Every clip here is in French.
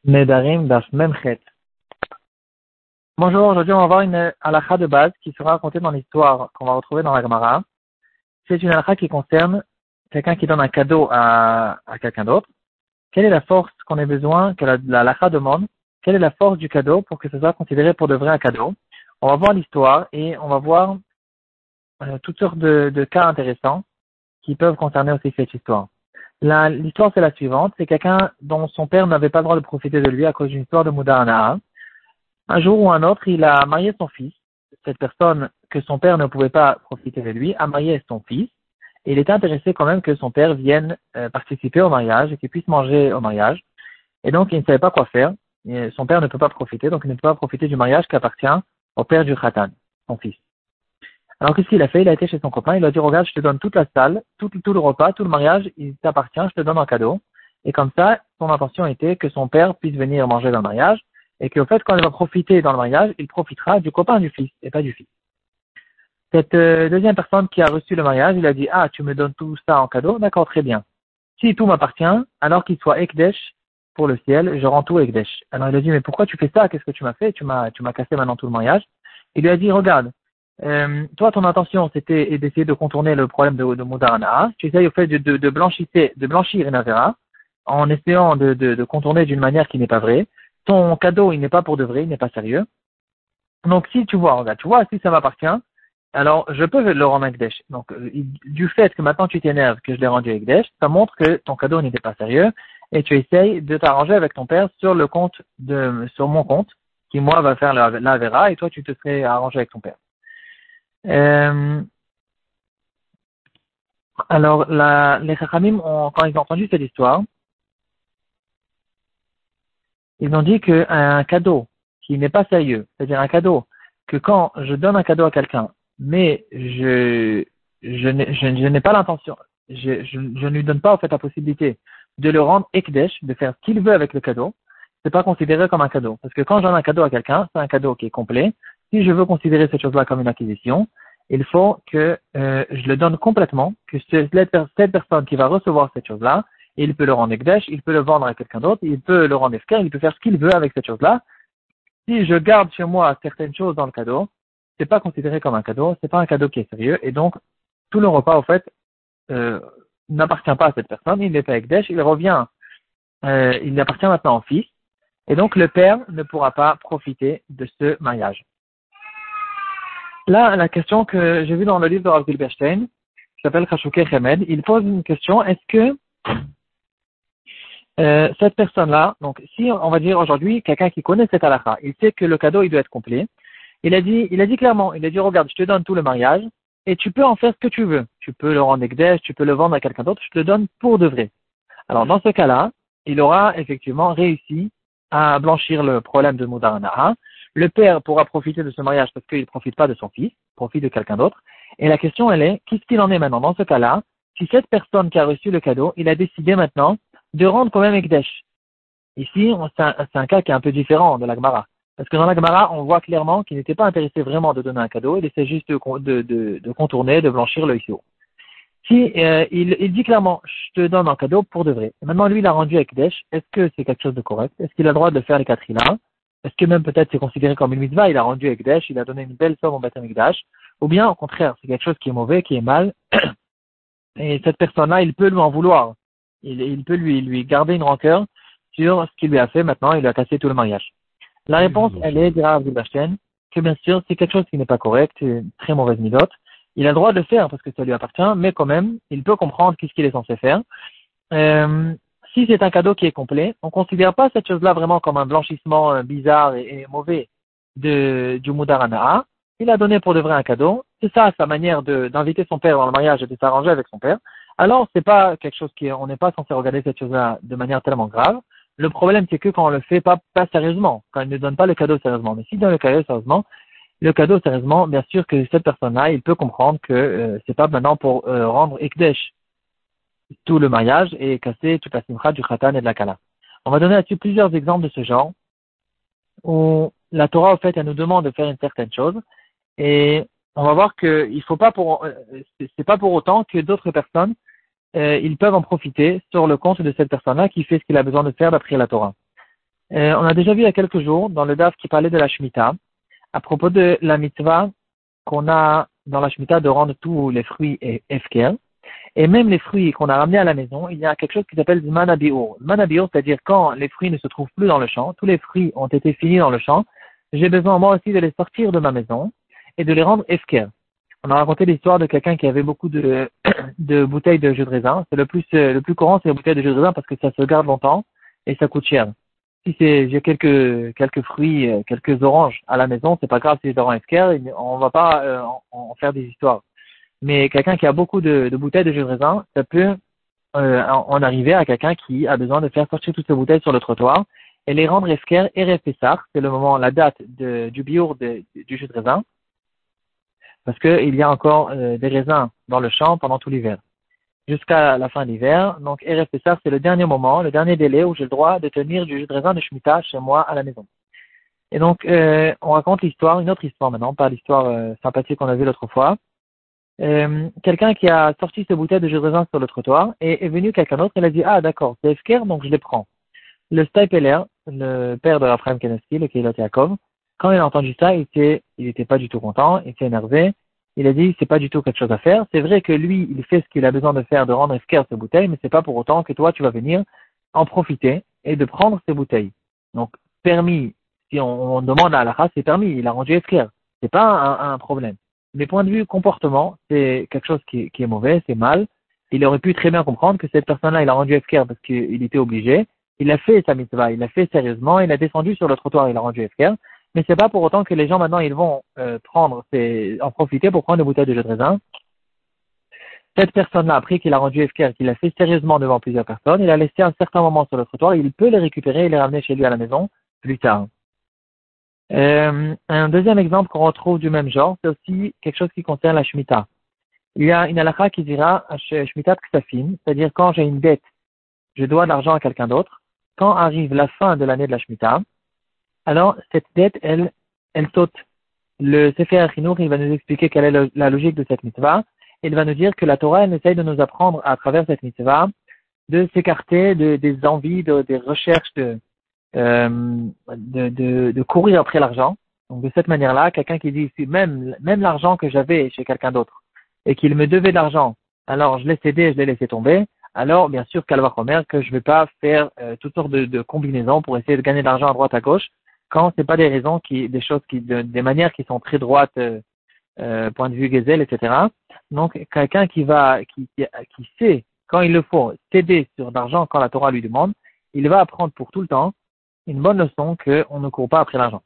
Nedarim Daf Memchet. Bonjour, aujourd'hui on va voir une halakha de base qui sera racontée dans l'histoire qu'on va retrouver dans la Gemara. C'est une halakha qui concerne quelqu'un qui donne un cadeau à quelqu'un d'autre. Quelle est la force qu'on ait besoin, que la halakha demande? Quelle est la force du cadeau pour que ce soit considéré pour de vrai un cadeau? On va voir l'histoire et on va voir toutes sortes de cas intéressants qui peuvent concerner aussi cette histoire. L'histoire c'est la suivante, c'est quelqu'un dont son père n'avait pas le droit de profiter de lui à cause d'une histoire de Mudar. Un jour ou un autre, il a marié son fils. Cette personne que son père ne pouvait pas profiter de lui a marié son fils. Et il était intéressé quand même que son père vienne participer au mariage et qu'il puisse manger au mariage. Et donc, il ne savait pas quoi faire. Et son père ne peut pas profiter, donc il ne peut pas profiter du mariage qui appartient au père du Khatan, son fils. Alors, qu'est-ce qu'il a fait? Il a été chez son copain, il lui a dit, regarde, je te donne toute la salle, tout le repas, tout le mariage, il t'appartient, je te donne en cadeau. Et comme ça, son intention était que son père puisse venir manger dans le mariage. Et qu'au fait, quand il va profiter dans le mariage, il profitera du copain du fils et pas du fils. Cette deuxième personne qui a reçu le mariage, il a dit, ah, tu me donnes tout ça en cadeau, d'accord, très bien. Si tout m'appartient, alors qu'il soit Ekdesh pour le ciel, je rends tout Ekdesh. Alors il a dit, mais pourquoi tu fais ça? Qu'est-ce que tu m'as fait? Tu m'as cassé maintenant tout le mariage. Il lui a dit, regarde, toi, ton intention, c'était d'essayer de contourner le problème de Moudarana. Tu essayes au fait de blanchir une avéra en essayant de contourner d'une manière qui n'est pas vraie. Ton cadeau, il n'est pas pour de vrai, il n'est pas sérieux. Donc, si tu vois, regarde, tu vois, si ça m'appartient, alors je peux le rendre Ekdesh. Donc, du fait que maintenant tu t'énerves que je l'ai rendu Ekdesh, ça montre que ton cadeau n'était pas sérieux et tu essayes de t'arranger avec ton père sur sur mon compte, qui moi va faire la vera et toi tu te serais arrangé avec ton père. Alors, les Chachamim, quand ils ont entendu cette histoire, ils ont dit qu'un cadeau qui n'est pas sérieux, c'est-à-dire un cadeau que quand je donne un cadeau à quelqu'un, mais je n'ai pas l'intention, je ne lui donne pas en fait la possibilité de le rendre ekdesh, de faire ce qu'il veut avec le cadeau, c'est pas considéré comme un cadeau. Parce que quand je donne un cadeau à quelqu'un, c'est un cadeau qui est complet. Si je veux considérer cette chose-là comme une acquisition, il faut que je le donne complètement, que cette personne qui va recevoir cette chose-là, il peut le rendre ekdesh, il peut le vendre à quelqu'un d'autre, il peut le rendre efker, il peut faire ce qu'il veut avec cette chose-là. Si je garde chez moi certaines choses dans le cadeau, c'est pas considéré comme un cadeau, c'est pas un cadeau qui est sérieux, et donc tout le repas, au fait, n'appartient pas à cette personne, il n'est pas ekdesh, il revient, il appartient maintenant au fils, et donc le père ne pourra pas profiter de ce mariage. Là, la question que j'ai vue dans le livre de Rav Gilberstein, qui s'appelle Chashukei Chemed, il pose une question, est-ce que cette personne-là, donc si on va dire aujourd'hui quelqu'un qui connaît cette halakha, il sait que le cadeau il doit être complet, il a dit clairement, il a dit regarde, je te donne tout le mariage et tu peux en faire ce que tu veux. Tu peux le rendre ekdesh, tu peux le vendre à quelqu'un d'autre, je te le donne pour de vrai. Alors dans ce cas-là, il aura effectivement réussi à blanchir le problème de Moudaranaha. Le père pourra profiter de ce mariage parce qu'il ne profite pas de son fils, il profite de quelqu'un d'autre. Et la question elle est, qu'est-ce qu'il en est maintenant dans ce cas-là? Si cette personne qui a reçu le cadeau, il a décidé maintenant de rendre quand même ekdesh. Ici, c'est un cas qui est un peu différent de la Gemara. Parce que dans la Gemara, on voit clairement qu'il n'était pas intéressé vraiment de donner un cadeau, il essaie juste de contourner, de blanchir le issue. Si il dit clairement, je te donne un cadeau pour de vrai. Et maintenant, lui, il a rendu ekdesh. Est-ce que c'est quelque chose de correct? Est-ce qu'il a le droit de le faire les Katrina? Est-ce que même peut-être c'est considéré comme une mitzvah? Il a rendu ekdesh, il a donné une belle somme au Beth Amikdash. Ou bien, au contraire, c'est quelque chose qui est mauvais, qui est mal. Et cette personne-là, il peut lui en vouloir. Il peut lui garder une rancœur sur ce qu'il lui a fait maintenant, il lui a cassé tout le mariage. La réponse, elle est, dira Rav Gilberstein, que bien sûr, c'est quelque chose qui n'est pas correct, c'est une très mauvaise midote. Il a le droit de le faire parce que ça lui appartient, mais quand même, il peut comprendre qu'est-ce qu'il est censé faire. Si c'est un cadeau qui est complet, on ne considère pas cette chose-là vraiment comme un blanchissement bizarre et mauvais du Moudaranaha. Il a donné pour de vrai un cadeau. C'est ça sa manière d'inviter son père dans le mariage et de s'arranger avec son père. Alors, c'est pas quelque chose on n'est pas censé regarder cette chose-là de manière tellement grave. Le problème, c'est que quand on le fait pas sérieusement, quand il ne donne pas le cadeau sérieusement. Mais s'il donne le cadeau sérieusement, bien sûr que cette personne-là, il peut comprendre que c'est pas maintenant pour rendre ekdesh tout le mariage et casser toute la simcha du khatan et de la kala. On va donner là-dessus plusieurs exemples de ce genre où la Torah, au fait, elle nous demande de faire une certaine chose et on va voir que il faut pas c'est pas pour autant que d'autres personnes ils peuvent en profiter sur le compte de cette personne-là qui fait ce qu'il a besoin de faire d'après la Torah. On a déjà vu il y a quelques jours dans le DAF qui parlait de la Shemitah, à propos de la mitzvah qu'on a dans la Shemitah de rendre tous les fruits efker. Et même les fruits qu'on a ramenés à la maison, il y a quelque chose qui s'appelle Zman HaBiur. Zman HaBiur, c'est-à-dire quand les fruits ne se trouvent plus dans le champ, tous les fruits ont été finis dans le champ, j'ai besoin moi aussi de les sortir de ma maison et de les rendre efker. On a raconté l'histoire de quelqu'un qui avait beaucoup de, de bouteilles de jus de raisin. C'est le plus courant, c'est les bouteilles de jus de raisin parce que ça se garde longtemps et ça coûte cher. Si j'ai quelques fruits, quelques oranges à la maison, c'est pas grave si je les rends efker, on va pas en faire des histoires. Mais quelqu'un qui a beaucoup de bouteilles de jus de raisin, ça peut en arriver à quelqu'un qui a besoin de faire sortir toutes ces bouteilles sur le trottoir et les rendre efker et refessar. C'est le moment, la date du biour du jus de raisin, parce qu'il y a encore des raisins dans le champ pendant tout l'hiver, jusqu'à la fin de l'hiver. Donc, Erev Pessah, c'est le dernier moment, le dernier délai où j'ai le droit de tenir du jus de raisin de Shemitah chez moi à la maison. Et donc, on raconte l'histoire, une autre histoire maintenant, pas l'histoire sympathique qu'on a vue l'autre fois. Quelqu'un qui a sorti ses bouteilles de jus de raisin sur le trottoir et est venu quelqu'un d'autre, il a dit, ah d'accord, c'est Efker, donc je les prends. Le Staipeler, le père de Raphaël Keneski, le Keilat Yaakov, quand il a entendu ça, il était pas du tout content, il s'est énervé, il a dit, c'est pas du tout quelque chose à faire, c'est vrai que lui, il fait ce qu'il a besoin de faire, de rendre Efker ses bouteilles, mais c'est pas pour autant que toi, tu vas venir en profiter et de prendre ses bouteilles. Donc, permis, si on demande à Allah, c'est permis, il a rendu Efker, c'est pas un problème. Mais point de vue comportement, c'est quelque chose qui est mauvais, c'est mal. Il aurait pu très bien comprendre que cette personne-là, il a rendu FKR parce qu'il était obligé. Il a fait sa mitzvah, il l'a fait sérieusement, il a descendu sur le trottoir, il a rendu FKR. Mais c'est pas pour autant que les gens maintenant, ils vont en profiter pour prendre des bouteilles de jus de raisin. Cette personne-là, après qu'il a rendu FKR, qu'il a fait sérieusement devant plusieurs personnes, il a laissé un certain moment sur le trottoir, il peut les récupérer et les ramener chez lui à la maison plus tard. Un deuxième exemple qu'on retrouve du même genre, c'est aussi quelque chose qui concerne la Shemitah. Il y a une halakha qui dira Shemitah Ksafim, c'est-à-dire quand j'ai une dette, je dois de l'argent à quelqu'un d'autre. Quand arrive la fin de l'année de la Shemitah, alors cette dette, elle saute. Le Sefer Chinour, il va nous expliquer quelle est la logique de cette mitzvah. Il va nous dire que la Torah, elle essaye de nous apprendre à travers cette mitzvah de s'écarter des envies, des recherches de courir après l'argent. Donc de cette manière-là, quelqu'un qui dit même l'argent que j'avais chez quelqu'un d'autre et qu'il me devait de l'argent, alors je l'ai cédé, je l'ai laissé tomber, alors bien sûr qu'elle va remettre que je ne vais pas faire toutes sortes de combinaisons pour essayer de gagner de l'argent à droite à gauche quand c'est pas des raisons des choses des manières qui sont très droites, point de vue Gezel, etc. Donc quelqu'un qui sait quand il le faut céder sur l'argent quand la Torah lui demande, il va apprendre pour tout le temps une bonne leçon qu'on ne court pas après l'argent.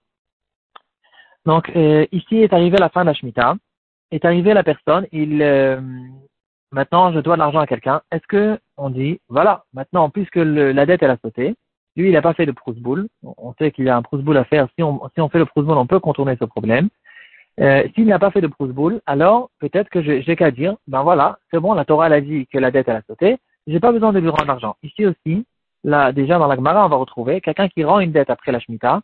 Donc ici est arrivé la fin de la Shemitah, est arrivée la personne, maintenant je dois de l'argent à quelqu'un. Est-ce que on dit voilà, maintenant puisque la dette elle a sauté, lui il n'a pas fait de prousboul, on sait qu'il y a un prousboul à faire, si on fait le prousboul on peut contourner ce problème. S'il n'a pas fait de prousboul, alors peut-être que j'ai qu'à dire ben voilà, c'est bon, la Torah elle a dit que la dette elle a sauté, j'ai pas besoin de lui rendre l'argent. Ici aussi, là déjà dans la Gemara on va retrouver quelqu'un qui rend une dette après la Shemitah.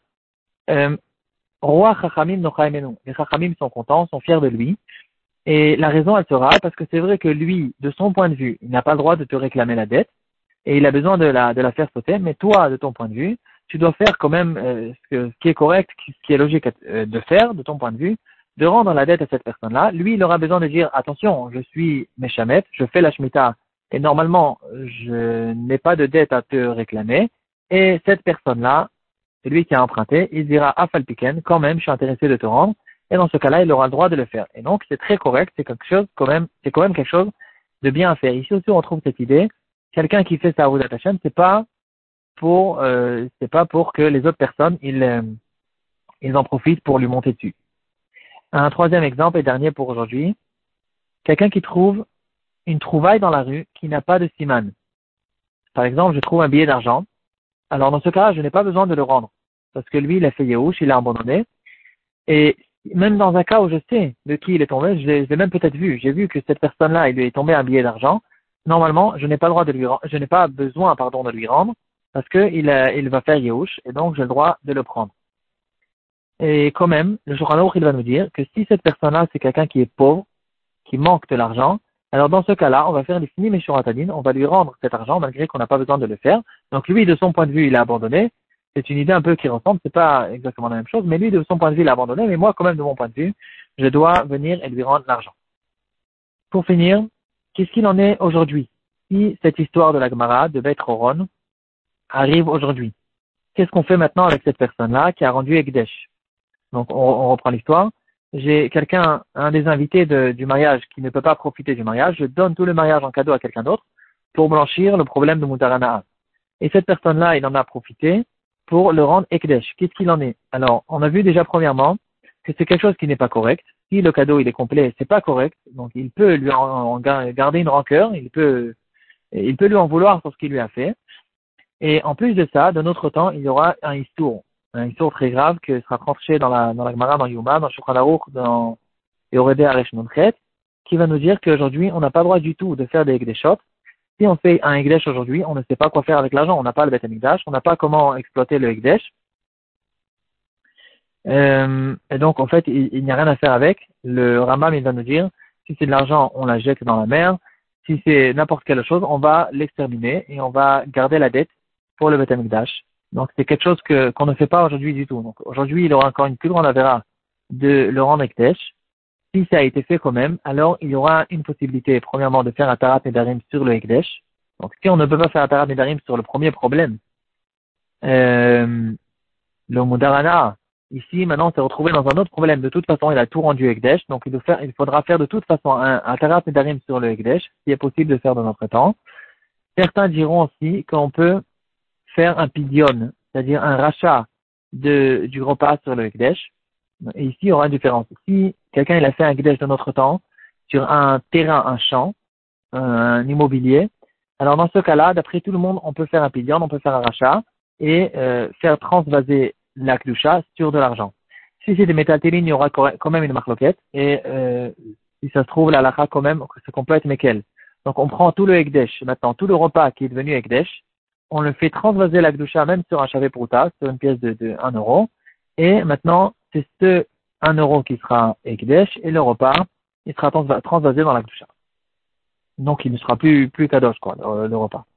Roi Chachamim Nochaimenu. Les Chachamim sont contents, sont fiers de lui. Et la raison, elle sera parce que c'est vrai que lui, de son point de vue, il n'a pas le droit de te réclamer la dette et il a besoin de la faire sauter. Mais toi, de ton point de vue, tu dois faire quand même ce qui est correct, ce qui est logique de faire, de ton point de vue, de rendre la dette à cette personne-là. Lui, il aura besoin de dire attention, je suis Meshamet, je fais la Shemitah et normalement, je n'ai pas de dette à te réclamer. Et cette personne-là, c'est lui qui a emprunté, il dira Afalpiken, quand même, je suis intéressé de te rendre, et dans ce cas-là, il aura le droit de le faire. Et donc, c'est très correct, c'est quand même quelque chose de bien à faire. Ici aussi, on trouve cette idée, quelqu'un qui fait sa Avodat Hashem, c'est pas pour que les autres personnes, ils en profitent pour lui monter dessus. Un troisième exemple et dernier pour aujourd'hui, quelqu'un qui trouve une trouvaille dans la rue qui n'a pas de siman. Par exemple, je trouve un billet d'argent. Alors, dans ce cas-là, je n'ai pas besoin de le rendre. Parce que lui, il a fait Yehush, il a abandonné. Et même dans un cas où je sais de qui il est tombé, je l'ai même peut-être vu. J'ai vu que cette personne-là, il lui est tombé un billet d'argent. Normalement, je n'ai pas besoin, de lui rendre, parce que il va faire Yehush, et donc j'ai le droit de le prendre. Et quand même, le Shulchan Aruch, il va nous dire que si cette personne-là, c'est quelqu'un qui est pauvre, qui manque de l'argent, alors dans ce cas-là, on va faire les finis Meshuratadin, on va lui rendre cet argent malgré qu'on n'a pas besoin de le faire. Donc lui, de son point de vue, il a abandonné. c'est une idée un peu qui ressemble, c'est pas exactement la même chose, mais lui, de son point de vue, il a abandonné, mais moi, quand même, de mon point de vue, je dois venir et lui rendre l'argent. Pour finir, qu'est-ce qu'il en est aujourd'hui? Si cette histoire de la Gemara, de Beth Horon, arrive aujourd'hui, qu'est-ce qu'on fait maintenant avec cette personne-là qui a rendu Ekdesh? Donc, on reprend l'histoire. J'ai quelqu'un, un des invités du mariage qui ne peut pas profiter du mariage, je donne tout le mariage en cadeau à quelqu'un d'autre pour blanchir le problème de Mutarana. Et cette personne-là, il en a profité pour le rendre Ekdesh. Qu'est-ce qu'il en est? Alors, on a vu déjà premièrement que c'est quelque chose qui n'est pas correct. Si le cadeau il est complet, c'est pas correct. Donc, il peut lui en garder une rancœur, il peut lui en vouloir pour ce qu'il lui a fait. Et en plus de ça, d'un autre temps, il y aura un histoire très grave que sera tranché dans la Gemara, dans Yuma, dans Shulchan Aruch, dans Yoredei Aresh Nunchet, qui va nous dire qu'aujourd'hui, on n'a pas le droit du tout de faire des Ekdeshot. Si on fait un Ekdesh aujourd'hui, on ne sait pas quoi faire avec l'argent. On n'a pas le Beth Amikdash, on n'a pas comment exploiter le Ekdesh. Et donc, en fait, il n'y a rien à faire avec. Le Rambam, il va nous dire, si c'est de l'argent, on la jette dans la mer. Si c'est n'importe quelle chose, on va l'exterminer et on va garder la dette pour le Beth Amikdash. Donc, c'est quelque chose qu'on ne fait pas aujourd'hui du tout. Donc, aujourd'hui, il aura encore une plus grande avéra de le rendre Ekdesh. Si ça a été fait quand même, alors il y aura une possibilité, premièrement, de faire un Tarat Nedarim sur le Ekdesh. Donc, si on ne peut pas faire un Tarat Nedarim sur le premier problème, le Mudarana, ici, maintenant, on s'est retrouvé dans un autre problème. De toute façon, il a tout rendu Ekdesh, donc il faudra faire de toute façon un Tarat Nedarim sur le Ekdesh, qui est possible de faire dans notre temps. Certains diront aussi qu'on peut faire un Pidyon, c'est-à-dire un rachat du repas sur le Ekdesh. Et ici, il y aura une différence. Si quelqu'un il a fait un Ekdesh de notre temps sur un terrain, un champ, un immobilier, alors dans ce cas-là, d'après tout le monde, on peut faire un Pidyon, on peut faire un rachat et faire transvaser la Kdusha sur de l'argent. Si c'est des métaltélines, il y aura quand même une marloquette et si ça se trouve, la halakha quand même se complète Mekel. Donc on prend tout le Ekdesh, maintenant tout le repas qui est devenu Ekdesh, on le fait transvaser la Kdusha même sur un chavé prouta, sur une pièce de 1 euro, et maintenant c'est ce 1 euro qui sera Ekdesh et le repas, il sera transvasé dans la Kdusha. Donc il ne sera plus kadosh, quoi, le repas.